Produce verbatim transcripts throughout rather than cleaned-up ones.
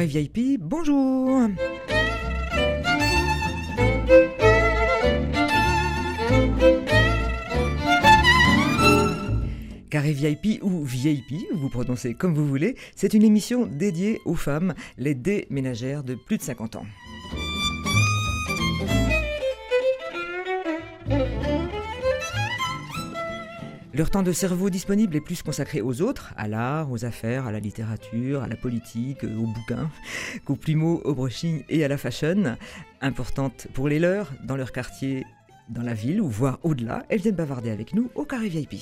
V I P, bonjour. Carré V I P ou V I P, vous prononcez comme vous voulez, c'est une émission dédiée aux femmes, les déménagères de plus de cinquante ans. Leur temps de cerveau disponible est plus consacré aux autres, à l'art, aux affaires, à la littérature, à la politique, aux bouquins, qu'aux plumeaux, au brushing et à la fashion. Importantes pour les leurs, dans leur quartier, dans la ville, ou voire au-delà, elles viennent bavarder avec nous au Carré V I P.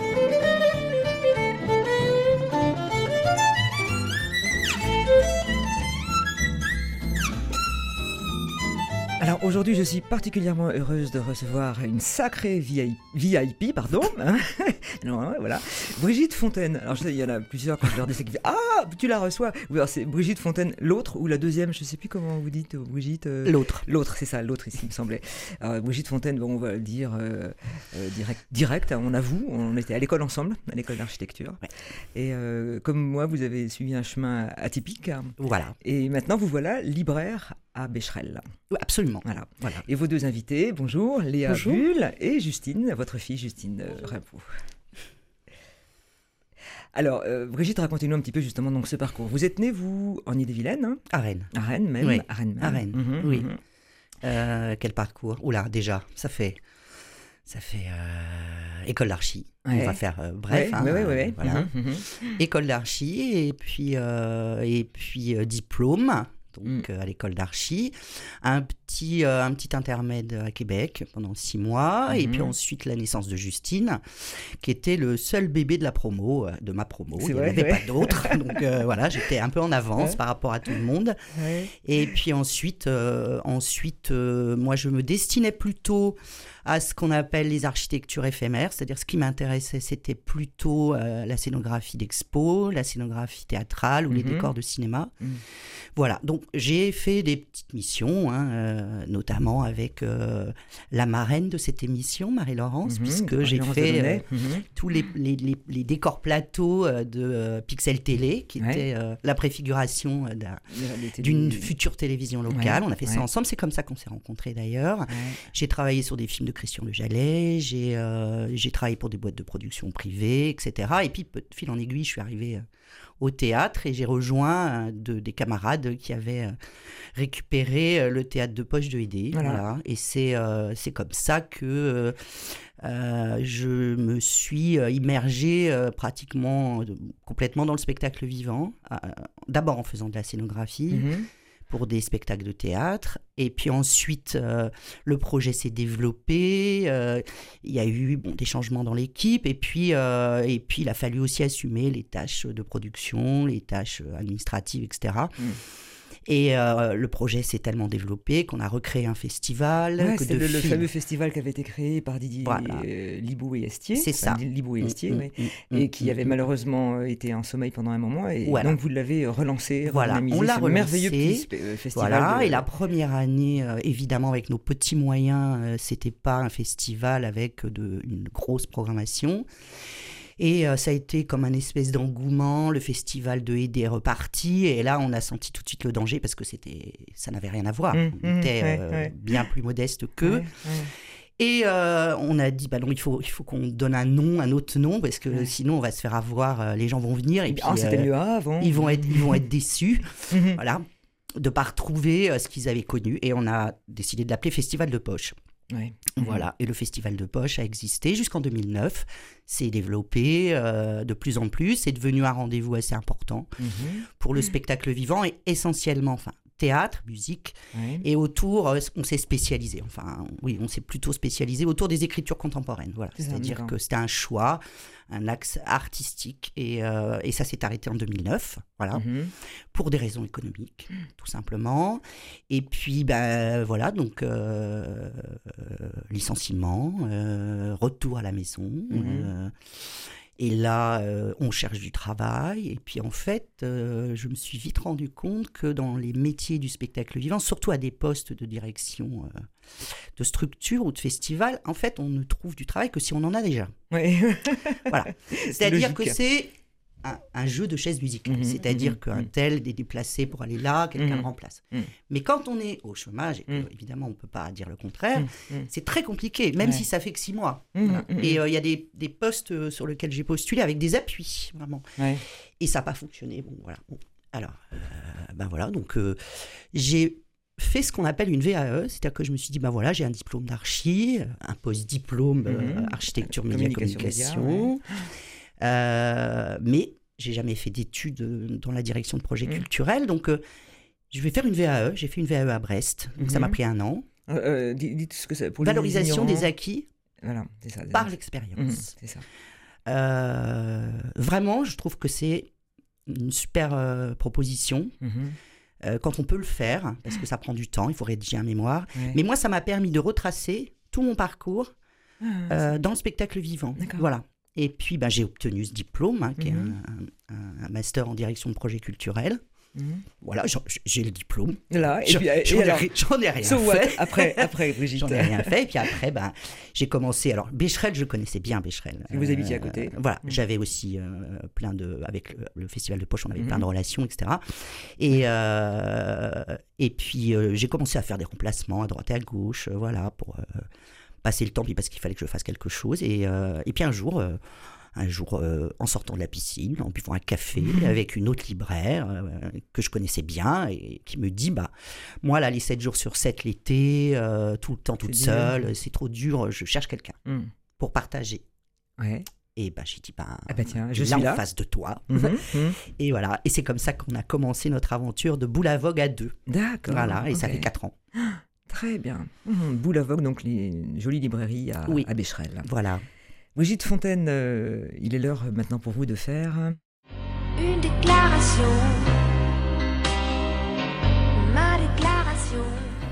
Alors aujourd'hui, je suis particulièrement heureuse de recevoir une sacrée V I P, pardon. non, hein, voilà. Brigitte Fontaine. Alors je sais, il y en a plusieurs quand je leur dis c'est qui ah, tu la reçois. Oui, alors c'est Brigitte Fontaine, l'autre ou la deuxième, je sais plus comment vous dites, Brigitte. Euh... L'autre. L'autre, c'est ça, l'autre ici, il me semblait. Alors, Brigitte Fontaine, bon, on va le dire euh, euh, direct, direct. On avoue, on était à l'école ensemble, à l'école d'architecture. Ouais. Et euh, comme moi, vous avez suivi un chemin atypique. Voilà. Et maintenant, vous voilà libraire à Becherel. Oui, absolument. Voilà. Voilà. Et vos deux invités, bonjour, Léa bonjour. Bull et Justine, votre fille Justine euh, Rimbaud. Alors, euh, Brigitte, racontez-nous un petit peu justement donc, ce parcours. Vous êtes née, vous, en Ille-et-Vilaine hein À Rennes. À Rennes même Oui. À Rennes même. À Rennes, mmh, oui. Mmh. Euh, quel parcours. Oula, déjà, ça fait... Ça fait euh, école d'archi. Ouais. On va faire euh, bref. Ouais, hein, ouais, ouais, ouais. Euh, voilà. Mmh, mmh. École d'archi et puis, euh, et puis euh, diplôme. Donc mm. euh, à l'école d'archi, un petit, euh, un petit intermède à Québec pendant six mois, mm-hmm. et puis ensuite la naissance de Justine, qui était le seul bébé de la promo, euh, de ma promo, c'est il n'y en avait ouais. pas d'autres, donc euh, voilà, j'étais un peu en avance ouais. par rapport à tout le monde, ouais. et puis ensuite, euh, ensuite euh, moi je me destinais plutôt à ce qu'on appelle les architectures éphémères, c'est-à-dire ce qui m'intéressait, c'était plutôt euh, la scénographie d'expo, la scénographie théâtrale ou mm-hmm. les décors de cinéma. Mm. Voilà, donc j'ai fait des petites missions, hein, euh, notamment avec euh, la marraine de cette émission, Marie-Laurence, mm-hmm. puisque Marie-Laurence j'ai fait euh, mm-hmm. tous les, les, les, les décors plateaux euh, de euh, Pixel Télé, qui ouais. était euh, la préfiguration euh, d'un, d'une télé... future télévision locale. Ouais. On a fait ouais. ça ensemble, c'est comme ça qu'on s'est rencontrés d'ailleurs. Ouais. J'ai travaillé sur des films de Christian Le Jallet, j'ai, euh, j'ai travaillé pour des boîtes de production privées, et cetera. Et puis, de fil en aiguille, je suis arrivée euh, au théâtre et j'ai rejoint euh, de, des camarades qui avaient euh, récupéré euh, le théâtre de poche de Hédé. Voilà. Voilà. Et c'est, euh, c'est comme ça que euh, euh, je me suis euh, immergée euh, pratiquement euh, complètement dans le spectacle vivant, euh, d'abord en faisant de la scénographie. Mm-hmm. pour des spectacles de théâtre. Et puis ensuite, euh, le projet s'est développé. Euh, il y a eu bon, des changements dans l'équipe. Et puis, euh, et puis, il a fallu aussi assumer les tâches de production, les tâches administratives, et cetera. Mmh. Et euh, le projet s'est tellement développé qu'on a recréé un festival. Ouais, que c'est de le, films... le fameux festival qui avait été créé par Didier voilà. euh, Libou et Estier. C'est ça. Enfin, Libou et Estier, mmh, oui. mmh, et qui mmh, avait mmh. malheureusement été en sommeil pendant un moment. Et voilà. donc, vous l'avez relancé, voilà. On l'a ce relancé. merveilleux petit euh, festival. Voilà. De... Et la première année, euh, évidemment, avec nos petits moyens, euh, c'était pas un festival avec de, une grosse programmation. Et euh, ça a été comme un espèce d'engouement, le festival de Hédé est reparti, et là on a senti tout de suite le danger parce que c'était, ça n'avait rien à voir, mmh, on était ouais, euh, ouais. bien plus modeste qu'eux. Ouais, ouais. Et euh, on a dit, bah non, il faut, il faut qu'on donne un nom, un autre nom, parce que ouais. sinon on va se faire avoir, euh, les gens vont venir, et puis oh, c'était euh, mieux avant. Ils vont être, ils vont être déçus, voilà, de ne pas retrouver euh, ce qu'ils avaient connu, et on a décidé de l'appeler Festival de Poche. Ouais. Voilà, et le Festival de Poche a existé jusqu'en deux mille neuf, s'est développé euh, de plus en plus, c'est devenu un rendez-vous assez important mmh. pour le spectacle vivant et essentiellement, enfin, théâtre, musique, ouais. et autour, euh, on s'est spécialisé, enfin, oui, on s'est plutôt spécialisé autour des écritures contemporaines, voilà, c'est c'est-à-dire d'accord. que c'était un choix, un axe artistique, et, euh, et ça s'est arrêté en deux mille neuf, voilà, mmh. pour des raisons économiques, mmh. tout simplement, et puis, ben, voilà, donc, euh, euh, licenciement, euh, retour à la maison, mmh. euh, et là, euh, on cherche du travail. Et puis, en fait, euh, je me suis vite rendu compte que dans les métiers du spectacle vivant, surtout à des postes de direction euh, de structure ou de festival, en fait, on ne trouve du travail que si on en a déjà. Oui. Voilà. C'est C'est-à-dire logique. Que c'est un, un jeu de chaises musicales. Mmh, C'est-à-dire mmh, qu'un mmh. tel est déplacé pour aller là, quelqu'un mmh. le remplace. Mmh. Mais quand on est au chômage, et que, mmh. évidemment, on ne peut pas dire le contraire, mmh. c'est très compliqué, même ouais. si ça fait que six mois. Mmh. Voilà. Mmh. Et il euh, y a des, des postes sur lesquels j'ai postulé avec des appuis, vraiment. Ouais. Et ça n'a pas fonctionné. Bon, voilà. Bon. Alors, euh, ben voilà, donc euh, j'ai fait ce qu'on appelle une V A E, c'est-à-dire que je me suis dit, ben voilà, j'ai un diplôme d'archi, un post-diplôme mmh. euh, architecture, média, communication, communication média, ouais. euh, mais j'ai jamais fait d'études dans la direction de projets mmh. culturels, donc euh, je vais faire une V A E. J'ai fait une V A E à Brest, donc mmh. ça m'a pris un an. Euh, dites ce que c'est pour Valorisation des acquis voilà, c'est ça, par l'expérience. Mmh, c'est ça. Euh, vraiment, je trouve que c'est une super euh, proposition. Mmh. Euh, quand on peut le faire, parce que ça prend du temps, il faut rédiger un mémoire. Ouais. Mais moi, ça m'a permis de retracer tout mon parcours ah, euh, dans le spectacle vivant. D'accord. Voilà. Et puis, ben, j'ai obtenu ce diplôme, hein, qui mmh. est un, un, un master en direction de projet culturel. Mmh. Voilà, j'ai le diplôme. Là, et j'en, puis, et j'en, alors, ai, j'en ai rien so fait. Après, après, Brigitte. J'en ai rien fait. Et puis après, ben, j'ai commencé. Alors, Becherel, je connaissais bien Becherel. Vous euh, habitiez à côté. Voilà, mmh. j'avais aussi euh, plein de. Avec le, le Festival de Poche, on avait mmh. plein de relations, et cetera. Et, euh, et puis, euh, j'ai commencé à faire des remplacements à droite et à gauche, euh, voilà, pour euh, passer le temps, puis parce qu'il fallait que je fasse quelque chose. Et, euh, et puis un jour. Euh, Un jour, euh, en sortant de la piscine, en buvant un café mmh. avec une autre libraire euh, que je connaissais bien et qui me dit bah, « Moi, là, les sept jours sur sept l'été, euh, tout le temps toute c'est seule, dur. C'est trop dur, je cherche quelqu'un mmh. pour partager. Ouais. » Et bah, j'ai dit bah, « ah bah tiens, je là, suis là, en face de toi. Mmh. » Et voilà, et c'est comme ça qu'on a commencé notre aventure de Boule à Vogue à deux. D'accord. Voilà, et okay. ça fait quatre ans. Très bien. Mmh. Boule à Vogue, donc les jolies librairies à, oui. à Becherel. Voilà. Brigitte Fontaine, euh, il est l'heure maintenant pour vous de faire... Une déclaration. Ma déclaration.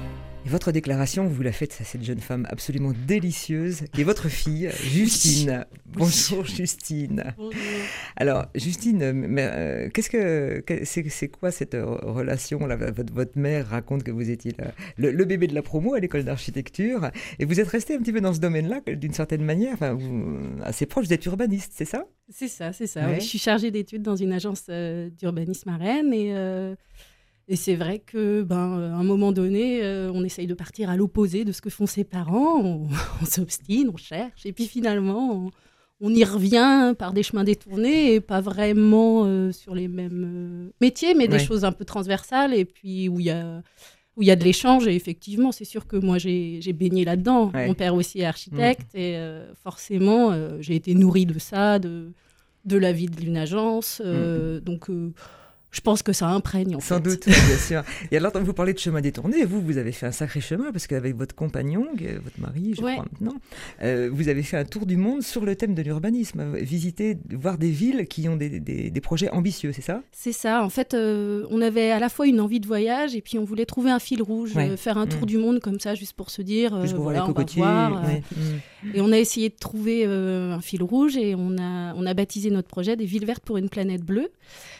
Et votre déclaration, vous la faites à cette jeune femme absolument délicieuse, qui est votre fille, Justine. Bonjour Justine. Bonjour. Alors Justine, mais, euh, qu'est-ce que, que c'est, c'est quoi cette relation là, votre, votre mère raconte que vous étiez là, le, le bébé de la promo à l'école d'architecture, et vous êtes resté un petit peu dans ce domaine-là, d'une certaine manière, enfin, vous, assez proche d'être urbaniste, c'est ça ? C'est ça, c'est ça. Ouais. Ouais. Je suis chargée d'études dans une agence euh, d'urbanisme à Rennes, et... Euh... Et c'est vrai que, ben, à un moment donné, euh, on essaye de partir à l'opposé de ce que font ses parents. On, on s'obstine, on cherche. Et puis finalement, on, on y revient par des chemins détournés et pas vraiment euh, sur les mêmes euh, métiers, mais ouais. des choses un peu transversales. Et puis où il y a, où il y a de l'échange. Et effectivement, c'est sûr que moi, j'ai, j'ai baigné là-dedans. Ouais. Mon père aussi est architecte. Mmh. Et euh, forcément, euh, j'ai été nourrie de ça, de, de la vie d'une agence. Euh, mmh. Donc... Euh, Je pense que ça imprègne, en Sans fait. doute, bien sûr. Et alors, vous parlez de chemin détourné, vous, vous avez fait un sacré chemin, parce qu'avec votre compagnon, votre mari, je ouais. crois maintenant, euh, vous avez fait un tour du monde sur le thème de l'urbanisme, visiter, voir des villes qui ont des, des, des projets ambitieux, c'est ça ? C'est ça. En fait, euh, on avait à la fois une envie de voyage, et puis on voulait trouver un fil rouge, ouais. euh, faire un tour mmh. du monde comme ça, juste pour se dire, euh, juste pour voilà, voir les cocotiers. On va voir, euh, ouais. mmh. Et on a essayé de trouver euh, un fil rouge, et on a, on a baptisé notre projet des villes vertes pour une planète bleue.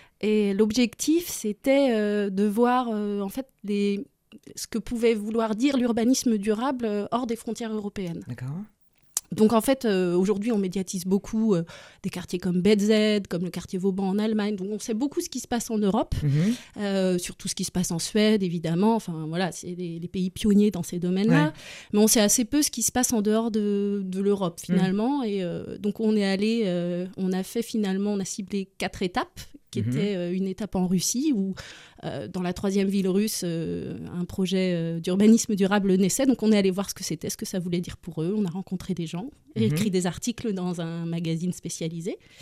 Et l'objectif, c'était euh, de voir euh, en fait les, ce que pouvait vouloir dire l'urbanisme durable euh, hors des frontières européennes. D'accord. Donc en fait, euh, aujourd'hui, on médiatise beaucoup euh, des quartiers comme B Z, comme le quartier Vauban en Allemagne. Donc on sait beaucoup ce qui se passe en Europe, mmh. euh, surtout ce qui se passe en Suède, évidemment. Enfin voilà, c'est les, les pays pionniers dans ces domaines-là. Ouais. Mais on sait assez peu ce qui se passe en dehors de, de l'Europe, finalement. Mmh. Et euh, donc on est allé, euh, on a fait finalement, on a ciblé quatre étapes, qui mmh. était euh, une étape en Russie, où euh, dans la troisième ville russe, euh, un projet euh, d'urbanisme durable naissait. Donc on est allé voir ce que c'était, ce que ça voulait dire pour eux. On a rencontré des gens, mmh. écrit des articles dans un magazine spécialisé. Mmh.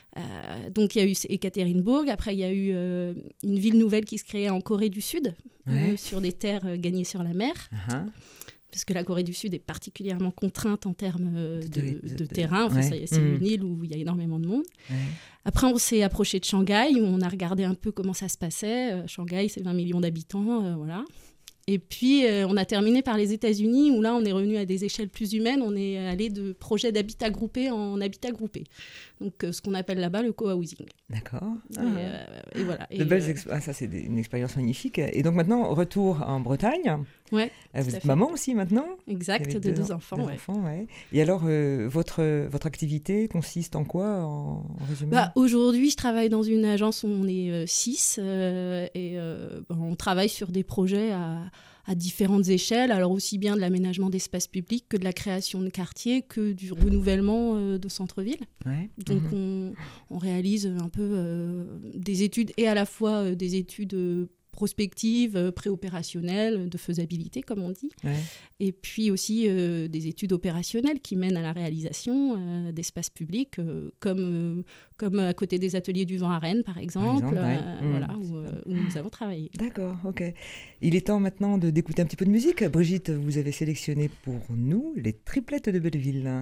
Euh, donc il y a eu Ekaterinbourg. Après, il y a eu euh, une ville nouvelle qui se créait en Corée du Sud, ouais. euh, sur des terres euh, gagnées sur la mer. Uh-huh. Parce que la Corée du Sud est particulièrement contrainte en termes euh, de, de, de, de terrain. Enfin, ouais. C'est mmh. une île où il y a énormément de monde. Ouais. Après, on s'est approché de Shanghai, où on a regardé un peu comment ça se passait. Euh, Shanghai, c'est vingt millions d'habitants, euh, voilà. Et puis, euh, on a terminé par les États-Unis, où là, on est revenu à des échelles plus humaines. On est allé de projets d'habitat groupé en habitat groupé. Donc, euh, ce qu'on appelle là-bas le co-housing. D'accord. Ah. Et, euh, et voilà. De et, belles euh... exp... ah, ça, c'est une expérience magnifique. Et donc, maintenant, retour en Bretagne. Ouais, Ah, vous tout à êtes fait. maman aussi maintenant? Exact, Vous avez de deux en- enfants. deux ouais. enfants, ouais. Et alors, euh, votre, votre activité consiste en quoi, en, en résumé? Bah, aujourd'hui, je travaille dans une agence où on est euh, six euh, et euh, bah, on travaille sur des projets à, à différentes échelles, alors aussi bien de l'aménagement d'espaces publics que de la création de quartiers, que du renouvellement euh, de centre-ville. Ouais. Donc Mhm. on, on réalise un peu euh, des études, et à la fois euh, des études euh, prospectives, euh, préopérationnelles, de faisabilité, comme on dit, Ouais. et puis aussi euh, des études opérationnelles qui mènent à la réalisation euh, d'espaces publics, euh, comme, euh, comme à côté des ateliers du vent à Rennes, par exemple, exemple, ouais. euh, Mmh. voilà, où, euh, où nous avons travaillé. D'accord, ok. Il est temps maintenant de, d'écouter un petit peu de musique. Brigitte, vous avez sélectionné pour nous les triplettes de Belleville.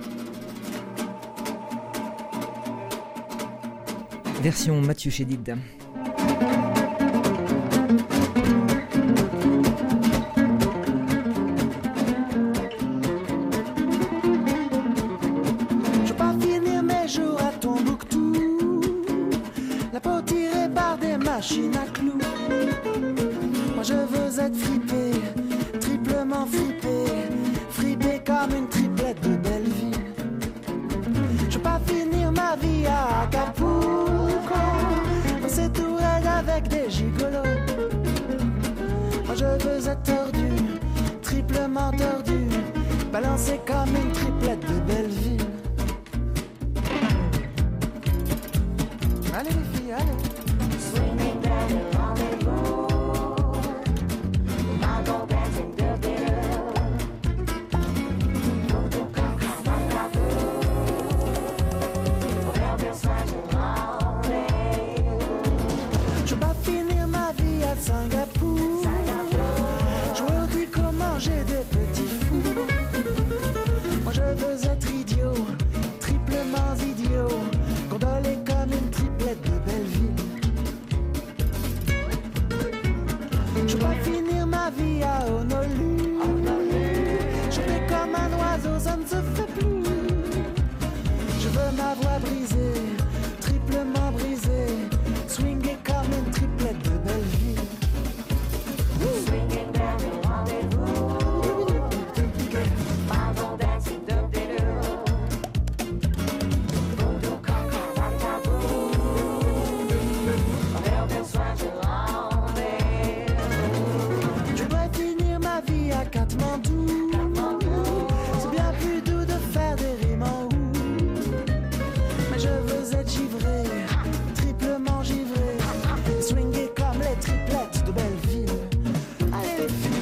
Version Mathieu Chédid. Je veux pas finir mes jours à Tombouctou, la peau tirée par des machines à clous. Moi je veux être fripé, triplement fripé, fripé comme une triplette de Belleville. Je veux pas finir ma vie à Acapulco, danser tout raide avec des gigolos. Moi je veux être tordu, triplement tordu, balancé comme une triplette de Belleville. Allez les filles, allez. Je vais pas finir ma vie à Singapour. Je veux dire comment j'ai des petits fous. Moi je veux être idiot, triplement idiot, gondolé comme une triplette de Belleville. Je veux pas finir ma vie à Honolulu. Chanter comme un oiseau, ça ne se fait plus. Je veux ma voix brisée, triplement brisée, swinguer comme une triplette de Belleville. Je dois finir ma vie à Katmandou. C'est bien plus doux de faire des rimes en ou. Mais je veux être givré, triplement givré, swinguer comme les triplettes de Belleville. Allez les filles.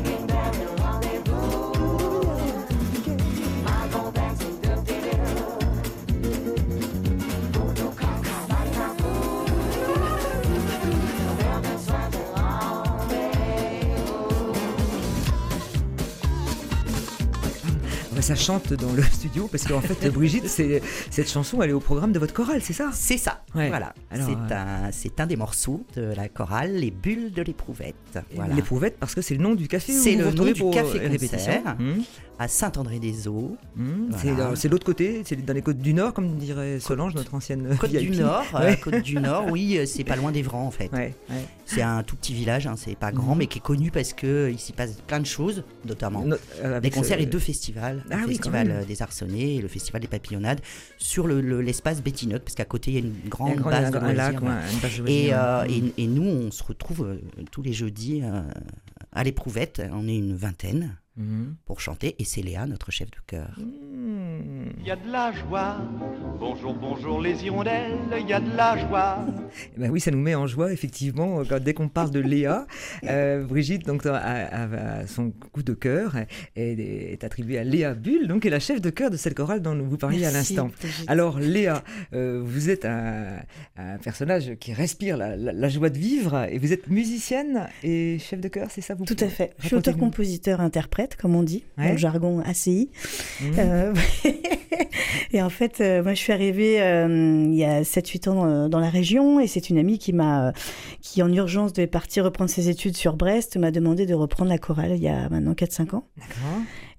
Ouais, ça chante dans le studio parce qu'en fait, Brigitte, c'est, cette chanson, elle est au programme de votre chorale, c'est ça? C'est ça, Ouais. voilà. Alors, c'est, euh, un, c'est un des morceaux de la chorale Les Bulles de l'Éprouvette. Voilà. L'éprouvette, parce que c'est le nom du café où C'est vous le vous retrouvez nom du pour café les répétitions. concert. Mmh. À Saint-André-des-Eaux, Mmh. Voilà. C'est, dans- c'est l'autre côté, c'est dans les côtes du Nord, comme dirait Solange, notre ancienne Côte V I P. du Nord. euh, Ouais. Côte du Nord, oui, euh, c'est pas loin d'Evran en fait. Ouais, ouais. C'est un tout petit village, hein, c'est pas grand, Mhm. mais qui est connu parce qu'il s'y passe plein de choses, notamment. No- euh, Des avec concerts ce- et deux festivals, Ah le oui, quand festival même. euh, des Arcenais et le festival des Papillonnades, sur le, le- l'espace Bétinote, parce qu'à côté il y a une Il y a grande un grand- base un- de un loisirs. lac, voilà. ouais, une base de Et, loisirs. euh, Mmh. et, et nous, on se retrouve euh, tous les jeudis euh, à l'Éprouvette, on est une vingtaine Mhm. pour chanter, et c'est Léa, notre chef de chœur. Mmh. Il y a de la joie. Bonjour, bonjour les hirondelles, il y a de la joie. Eh ben oui, ça nous met en joie, effectivement, quand- dès qu'on parle de Léa. Euh, Brigitte, donc, a, a- a son coup de cœur est, est attribué à Léa Bull, donc, qui est la chef de chœur de cette chorale dont vous parliez à Merci, l'instant. Brigitte. Alors, Léa, euh, vous êtes un, un personnage qui respire la, la- la joie de vivre, et vous êtes musicienne et chef de chœur, c'est ça vous Tout à fait. Je suis Racontez-nous. auteur-compositeur-interprète, comme on dit, Ouais. dans le jargon A C I. Mmh. Euh, et en fait, euh, moi, je suis arrivée euh, il y a sept huit ans dans, dans la région, et c'est une amie qui m'a, euh, qui en urgence devait partir reprendre ses études sur Brest, m'a demandé de reprendre la chorale il y a maintenant quatre cinq ans. D'accord.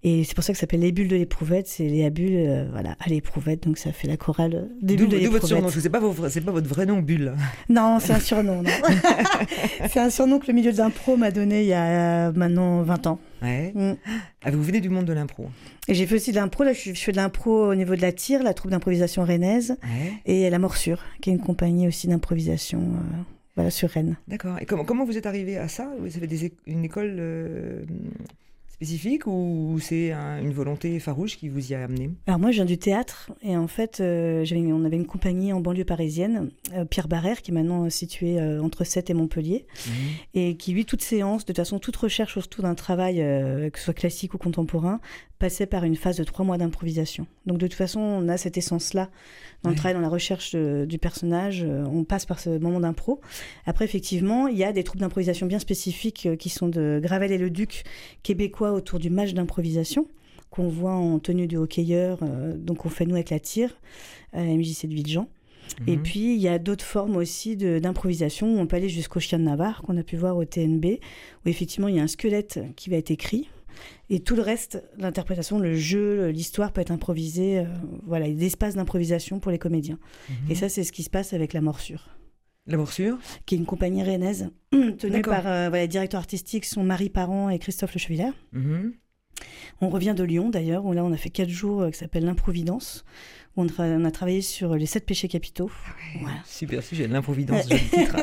Et c'est pour ça que ça s'appelle les bulles de l'éprouvette. C'est Léa Bulle, euh, voilà, à l'éprouvette. Donc ça fait la chorale des bulles de l'éprouvette. D'où votre surnom, c'est pas, vos, c'est pas votre vrai nom, Bulle. Non, c'est un surnom. Non. C'est un surnom que le milieu de l'impro m'a donné il y a maintenant vingt ans. Ouais. Mm. Ah, vous venez du monde de l'impro. Et j'ai fait aussi de l'impro. Là, je, je fais de l'impro au niveau de la Tire, la troupe d'improvisation rennaise, Ouais. et la Morsure, qui est une compagnie aussi d'improvisation euh, voilà, sur Rennes. D'accord. Et comment, comment vous êtes arrivé à ça? Vous avez des, é- une école euh, spécifique ou c'est un- une volonté farouche qui vous y a amené? Alors moi, je viens du théâtre, et en fait, euh, j'avais, on avait une compagnie en banlieue parisienne, euh, Pierre Barrère, qui est maintenant située euh, entre Sète et Montpellier, Mmh. et qui, lui, toute séance, de toute façon, toute recherche autour d'un travail, euh, que ce soit classique ou contemporain, passait par une phase de trois mois d'improvisation. Donc de toute façon, on a cette essence-là dans Ouais. le travail, dans la recherche de- du personnage, euh, on passe par ce moment d'impro. Après, effectivement, il y a des troupes d'improvisation bien spécifiques euh, qui sont de Gravel et le Duc, québécois, autour du match d'improvisation, qu'on voit en tenue de hockeyeur, euh, donc on fait nous avec la Tire, à la M J C de Villejean. Et Mhm. puis, il y a d'autres formes aussi de- d'improvisation, où on peut aller jusqu'au Chien de Navarre, qu'on a pu voir au T N B, où effectivement, il y a un squelette qui va être écrit, et tout le reste, l'interprétation, le jeu, l'histoire peut être improvisé. euh, voilà, il y a des espaces d'improvisation pour les comédiens. Mhm. Et ça, c'est ce qui se passe avec La Morsure, La morsure? qui est une compagnie rennaise, tenue D'accord. par euh, voilà, les directeurs artistiques, sont Marie Parent et Christophe Le Chevillard. Mhm. On revient de Lyon d'ailleurs, où là on a fait quatre jours euh, qui s'appelle l'improvidence, où on, tra- on a travaillé sur les sept péchés capitaux. Voilà. Super sujet, l'improvidence, joli titre.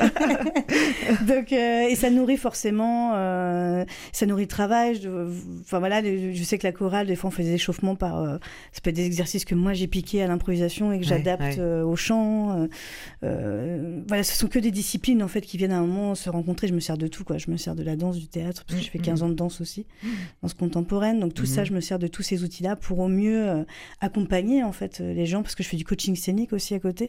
Donc, euh, et ça nourrit forcément, euh, ça nourrit le travail. Je, enfin voilà, les- je sais que la chorale, des fois, on fait des échauffements par, euh, ça peut être des exercices que moi j'ai piqués à l'improvisation et que Ouais, j'adapte ouais. euh, au chant. euh, euh, voilà, ce sont que des disciplines en fait qui viennent à un moment se rencontrer. Je me sers de tout, quoi. Je me sers de la danse, du théâtre, parce que je fais quinze ans de danse aussi, danse contemporaine. Donc tout ça, Mhm. je me sers de tous ces outils-là pour au mieux euh, accompagner en fait les gens, parce que je fais du coaching scénique aussi à côté.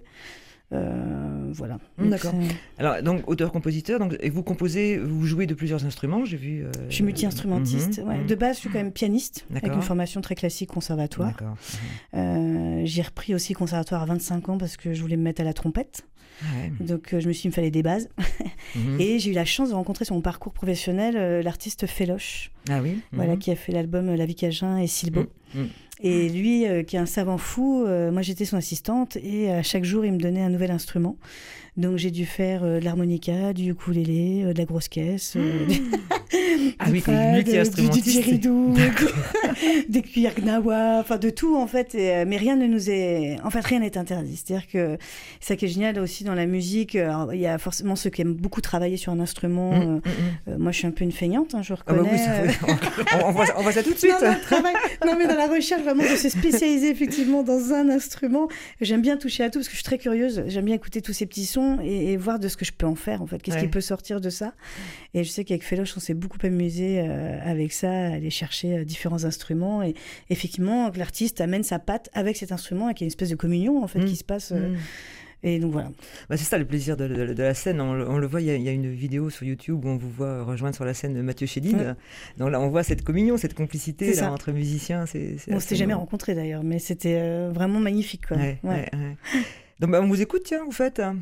Euh, voilà. Hum, Donc, d'accord. c'est- Alors, donc, auteur-compositeur, donc, et vous composez, vous jouez de plusieurs instruments, j'ai vu. euh, Je suis multi-instrumentiste. mhm, ouais. mhm. De base, je suis quand même pianiste, avec D'accord. une formation très classique conservatoire. D'accord. Euh, j'ai repris aussi conservatoire à vingt-cinq ans parce que je voulais me mettre à la trompette. Ah ouais. Donc euh, je me suis dit, il me fallait des bases. Mhm. Et j'ai eu la chance de rencontrer sur mon parcours professionnel euh, l'artiste Féloche, Ah oui. voilà, mhm. qui a fait l'album euh, La vie Cajun et Silbo. Mhm. Mhm. Et lui, euh, qui est un savant fou, euh, moi j'étais son assistante et à chaque jour il me donnait un nouvel instrument. Donc j'ai dû faire euh, de l'harmonica, du ukulélé, euh, de la grosse caisse, euh, du- Ah du oui, comme fad, du, multi-instrumentiste. du didgeridoo, des cuillères gnawa, enfin de tout en fait. Et, euh, mais rien ne nous est, en fait rien n'est interdit. C'est-à-dire que ça qui est génial aussi dans la musique, alors, il y a forcément ceux qui aiment beaucoup travailler sur un instrument. Mhm, euh, mhm. euh, moi je suis un peu une feignante, hein, je Ah bah reconnais. oui, ça, euh, oui. on, on voit, ça- on voit ça tout de suite. non, dans le travail. Non, mais dans la recherche, vraiment, de se spécialiser effectivement dans un instrument. J'aime bien toucher à tout parce que je suis très curieuse. J'aime bien écouter tous ces petits sons et, et voir de ce que je peux en faire, en fait. Qu'est-ce Ouais. qui peut sortir de ça? Et je sais qu'avec Féloche, on s'est beaucoup amusé euh, avec ça, à aller chercher euh, différents instruments. Et effectivement, que l'artiste amène sa patte avec cet instrument et qu'il y a une espèce de communion, en fait, Mm. qui se passe. euh, Mhm. Et donc voilà. Bah, c'est ça le plaisir de, de- de la scène. On, le- on le voit, il y, a, il y a une vidéo sur YouTube où on vous voit rejoindre sur la scène Mathieu Chédid. Ouais. Donc là, on voit cette communion, cette complicité C'est là, ça. entre musiciens. C'est, c'est On assez s'était jamais beau. rencontrés d'ailleurs, mais c'était euh, vraiment magnifique, quoi. Ouais, Ouais. ouais, ouais. Donc bah, on vous écoute, tiens, vous faites. hein.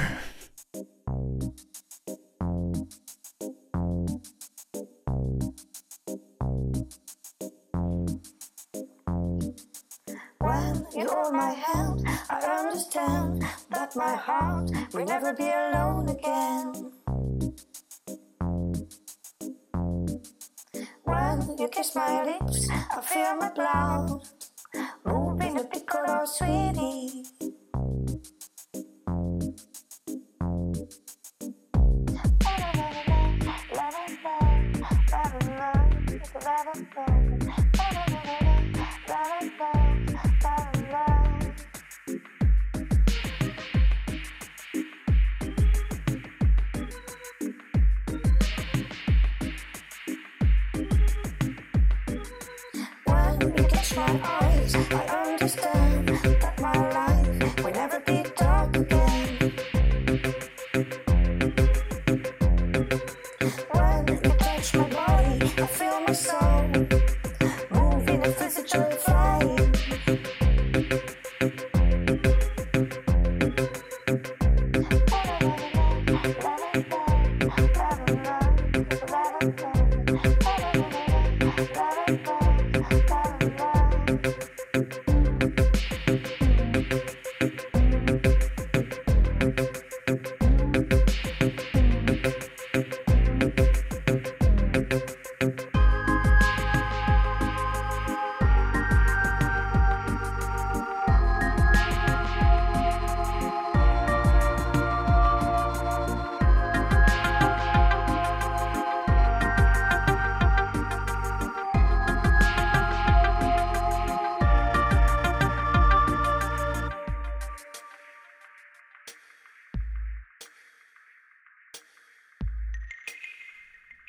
When you hold my hand, I understand that my heart will never be alone again. When you kiss my lips, I feel my blood moving a piccolo, sweetie. When you catch my eyes, I understand that my life will never be dark again. When you touch my body, I feel my soul moving a physical flame. La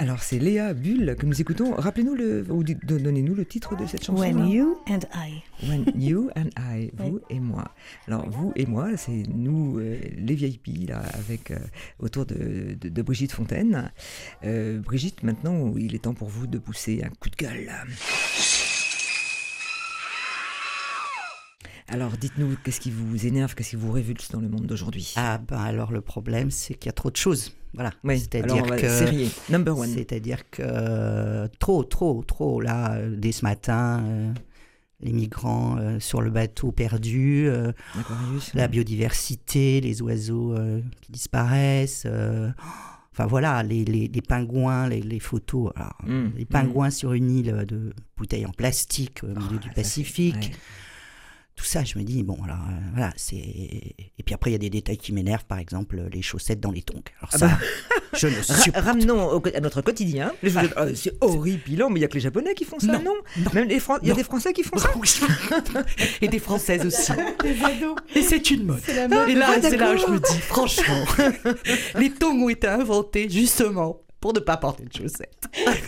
Alors c'est Léa Bull que nous écoutons. Rappelez-nous le, ou donnez-nous le titre de cette chanson. When You and I. When You and I, vous oui. et moi. Alors vous et moi, c'est nous euh, les V I P là, avec euh, autour de, de, de Brigitte Fontaine. Euh, Brigitte, maintenant il est temps pour vous de pousser un coup de gueule. Alors, dites-nous, qu'est-ce qui vous énerve, qu'est-ce qui vous révulse dans le monde d'aujourd'hui ? Ah ben alors le problème, c'est qu'il y a trop de choses. Voilà. Oui, c'est-à-dire alors on va que sérier. Number one. C'est-à-dire que euh, trop, trop, trop là, euh, dès ce matin, euh, les migrants euh, sur le bateau perdu, euh, la ouais. biodiversité, les oiseaux euh, qui disparaissent. Euh, Enfin voilà, les, les, les pingouins, les, les photos. Alors, mmh, les pingouins mmh. sur une île de bouteilles en plastique au milieu oh, du Pacifique. Fait, ouais. Tout ça, je me dis, bon, alors, euh, voilà, c'est... Et puis après, il y a des détails qui m'énervent, par exemple, les chaussettes dans les tongs. Alors ça, ah bah. je ne supporte. Ramenons au, à notre quotidien. Les ah. euh, c'est horripilant, mais il n'y a que les Japonais qui font ça, non, non, non. Même les Fran... Il y a des Français qui font ça. Et des Françaises aussi. Des ados. Et c'est une mode. C'est la mode. Et là, ah, c'est là où je me dis, franchement, les tongs ont été inventés justement pour ne pas porter de chaussettes.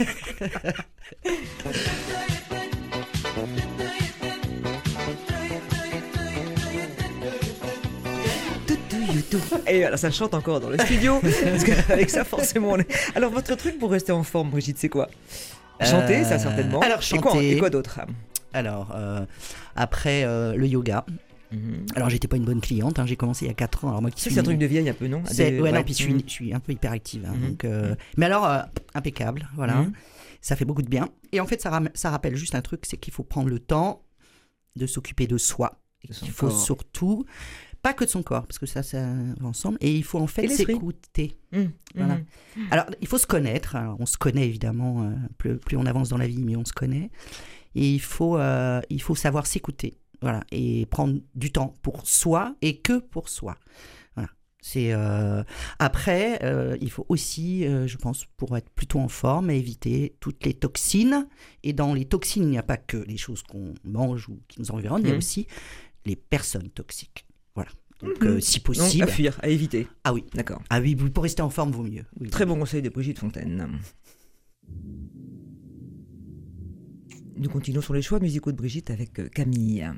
Et alors ça chante encore dans le studio parce qu'avec ça forcément on est... Alors votre truc pour rester en forme, Brigitte, c'est quoi ? Chanter, euh... ça certainement. Alors chanter. Et quoi, et quoi d'autre ? Alors euh, après euh, le yoga. Mm-hmm. Alors j'étais pas une bonne cliente, hein. J'ai commencé il y a quatre ans. Alors moi qui ça, suis c'est un truc de vieille un peu, non ? C'est... Des... Ouais, ouais, non, puis je suis, mm-hmm. je suis un peu hyperactive. Hein, mm-hmm. donc, euh... Mais alors euh, impeccable, voilà. Mm-hmm. Ça fait beaucoup de bien. Et en fait ça, ram... ça rappelle juste un truc, c'est qu'il faut prendre le temps de s'occuper de soi. Et qu'il faut corps. Surtout pas que de son corps, parce que ça, ça va ensemble. Et il faut en fait s'écouter. Mmh, voilà. Mmh. Alors, il faut se connaître. Alors, on se connaît évidemment, euh, plus, plus on avance dans la vie, mieux on se connaît. Et il faut, euh, il faut savoir s'écouter. Voilà. Et prendre du temps pour soi et que pour soi. Voilà. C'est, euh... Après, euh, il faut aussi, euh, je pense, pour être plutôt en forme, éviter toutes les toxines. Et dans les toxines, il n'y a pas que les choses qu'on mange ou qui nous environnent, mmh. il y a aussi les personnes toxiques. Voilà. Donc, mmh. euh, si possible. Donc, à fuir, à éviter. Ah oui. D'accord. Ah oui, pour rester en forme, vaut mieux. Oui, Très oui. bon conseil de Brigitte Fontaine. Nous continuons sur les choix musicaux de Brigitte avec Camille.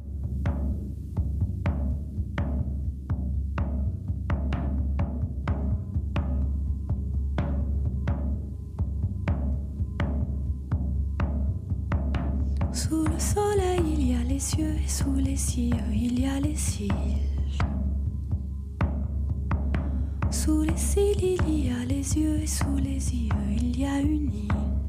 Sous le soleil, il y a les cieux et sous les cieux, il y a les cils. Sous les cils, il y a les yeux et sous les yeux, il y a une île.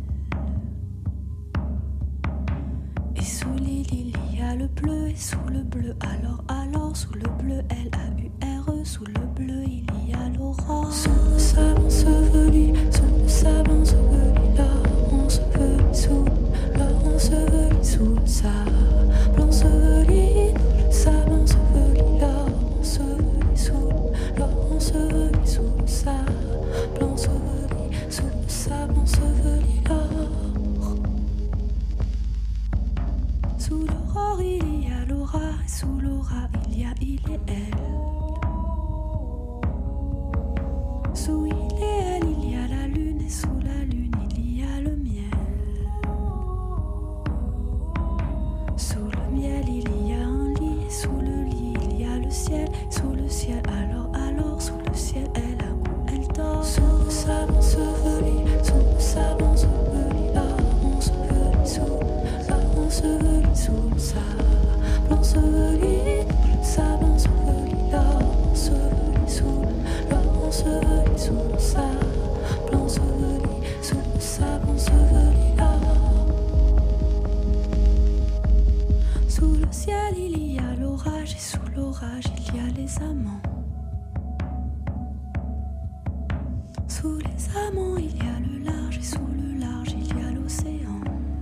Et sous l'île, il y a le bleu et sous le bleu, alors, alors, sous le bleu, L A U R E, sous le bleu, il y a l'aurore. Sous le sable enseveli, sous le sable enseveli, là, enseveli, sous, là, enseveli, sous le sable enseveli, le sable enseveli, là, enseveli, sous, là, enseveli, sous le sable enseveli, sous le sable enseveli, là. Sous l'aurore, il y a l'aura, et sous l'aura, il y a il et elle. Sous il et elle, il y a la lune, et sous la lune, il y a le miel. Sous le miel, il y a un lit, et sous le lit, il y a le ciel. Sous le ciel, alors, alors, sous le ciel, elle a où elle dort. Sous le sable enseveli, sous le sable enseveli, là, enseveli, sous, là, enseveli, sous le sable enseveli, le sable enseveli, là, enseveli, sous, là, enseveli, sous le sable enseveli, sous le sable enseveli, là. Sous le ciel, il y a l'orage, et sous l'orage, il y a les amants. Sous les amants, il y a le large, et sous le large, il y a l'océan.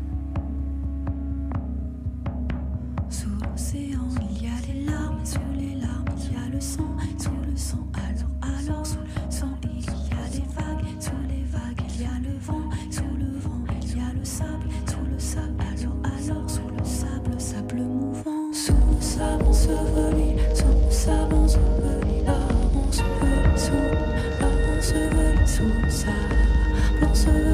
Sous l'océan, il y a les larmes, et sous les larmes, il y a le sang, et sous le sang, alors, alors, sous le sang, il y a les vagues, et sous les vagues, il y a le vent, et sous le vent, il y a le sable, sous le sable, alors, alors, sous le sable, sable mouvant. Sous le sable enseveli, sous le sable enseveli, là, enseveli, sous, là, enseveli, sous le sable enseveli.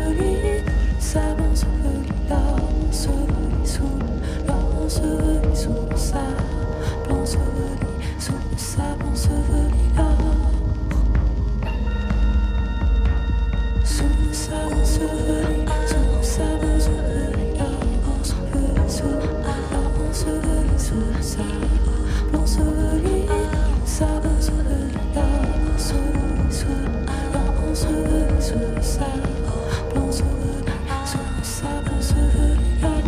enseveli sous le sable, enseveli sous le sable, enseveli là. Sous le sable, enseveli, sous le sable, enseveli là. Enseveli sous le sable, enseveli sous le sable, enseveli sable, enseveli là. Enseveli sous le sable, enseveli sous le sable, enseveli sous le sable, enseveli là.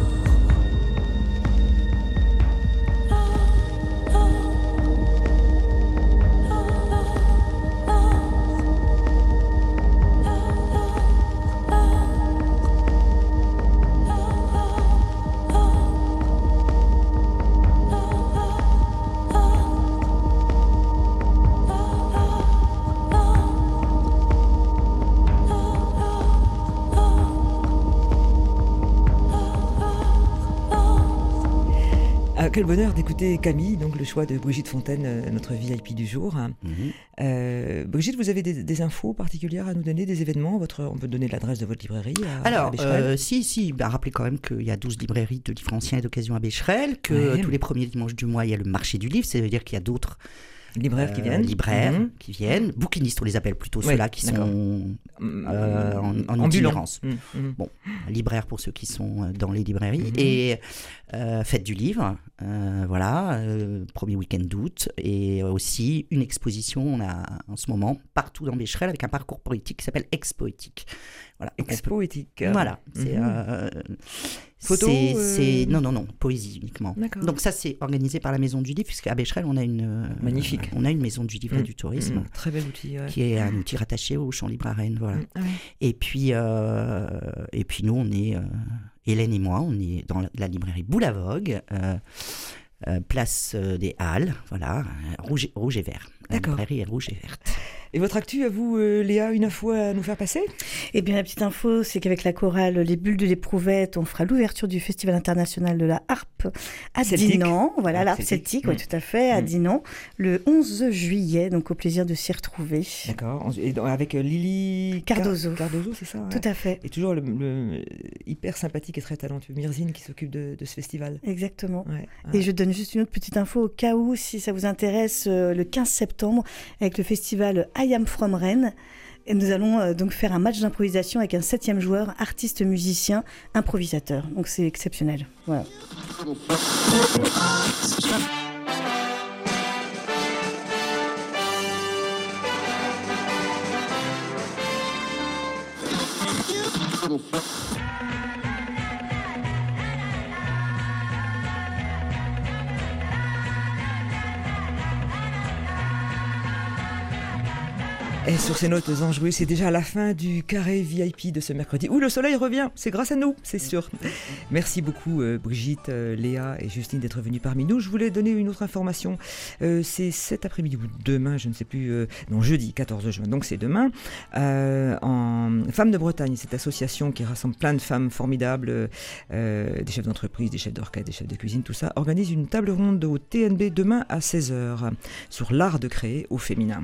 Ah, quel bonheur d'écouter Camille, donc le choix de Brigitte Fontaine, euh, notre V I P du jour. Mhm. Euh, Brigitte, vous avez des, des infos particulières à nous donner, des événements votre, on peut donner l'adresse de votre librairie à, Alors, à Becherel. euh, si, si, bah, rappelez quand même qu'il y a douze librairies de livres anciens et d'occasion à Becherel, que Ouais. euh, tous les premiers dimanches du mois, il y a le marché du livre, ça veut dire qu'il y a d'autres Libraires qui euh, viennent. libraires Mhm. qui viennent, bouquinistes, on les appelle plutôt Ouais, ceux-là qui d'accord. sont euh, en, en Ambulant. itinérance. Mhm, mhm. Bon, libraires pour ceux qui sont euh, dans les librairies. Mhm. Et euh, fête du livre, euh, voilà, euh, premier week-end d'août. Et aussi une exposition, on a en ce moment, partout dans Becherel, avec un parcours poétique qui s'appelle Ex-Poétique. Voilà. Donc on peut- Expo éthique. Voilà, c'est... Mhm. euh, Photo, c'est- euh, c'est- Non, non, non, poésie uniquement. D'accord. Donc ça, c'est organisé par la Maison du Livre, puisqu'à Becherel, on a une... euh, Magnifique. On a une Maison du Livre et Mhm. du Tourisme, Mhm. Très bel outil. Ouais. qui est un outil rattaché au Champ Libre à Rennes, voilà. Mhm. Ah ouais. Et puis, euh, et puis nous, on est, euh, Hélène et moi, on est dans la, la librairie Boulavogue, euh, euh, place euh, des Halles, voilà, euh, rouge, et- rouge et vert. La D'accord. librairie est rouge et verte. Et votre actu, à vous, euh, Léa, une info à nous faire passer? Eh bien, la petite info, c'est qu'avec la chorale Les Bulles de l'Éprouvette, on fera l'ouverture du Festival international de la harpe à Celtique. Dinan. Voilà, Ah, l'harpe celtique. celtique, oui, Mm. tout à fait, à Mm. Dinan, le onze juillet, donc au plaisir de s'y retrouver. D'accord. Et dans- avec euh, Lily Car- Cardozo. Cardozo, c'est ça, ouais. Tout à fait, Et toujours le, le hyper sympathique et très talentueux Mirzine qui s'occupe de, de ce festival. exactement. Ouais. Et je donne juste une autre petite info au cas où, si ça vous intéresse, euh, le quinze septembre, avec le festival I Am From Rennes. Et nous allons euh, donc faire un match d'improvisation avec un septième joueur, artiste, musicien, improvisateur. Donc c'est exceptionnel. Voilà. Et sur ces notes enjouées, c'est déjà la fin du carré V I P de ce mercredi. Où le soleil revient, c'est grâce à nous, c'est sûr. Merci beaucoup euh, Brigitte, euh, Léa et Justine d'être venues parmi nous. Je voulais donner une autre information. Euh, c'est cet après-midi ou demain, je ne sais plus, euh, non jeudi quatorze juin, donc c'est demain, euh, en Femmes de Bretagne, cette association qui rassemble plein de femmes formidables, euh, des chefs d'entreprise, des chefs d'orchestre, des chefs de cuisine, tout ça, organise une table ronde au T N B demain à seize heures sur l'art de créer au féminin.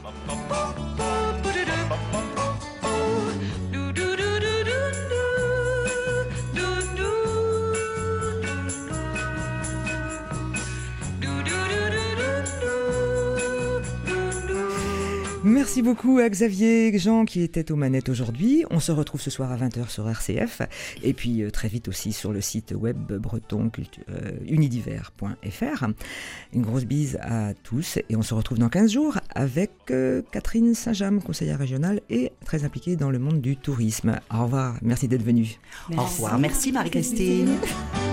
Merci beaucoup à Xavier Jean qui était aux manettes aujourd'hui. On se retrouve ce soir à vingt heures sur R C F et puis euh, très vite aussi sur le site web breton euh, unidiver point f r. Une grosse bise à tous et on se retrouve dans quinze jours avec euh, Catherine Saint-James, conseillère régionale et très impliquée dans le monde du tourisme. Au revoir, merci d'être venue. Au revoir, merci Marie-Christine. Merci.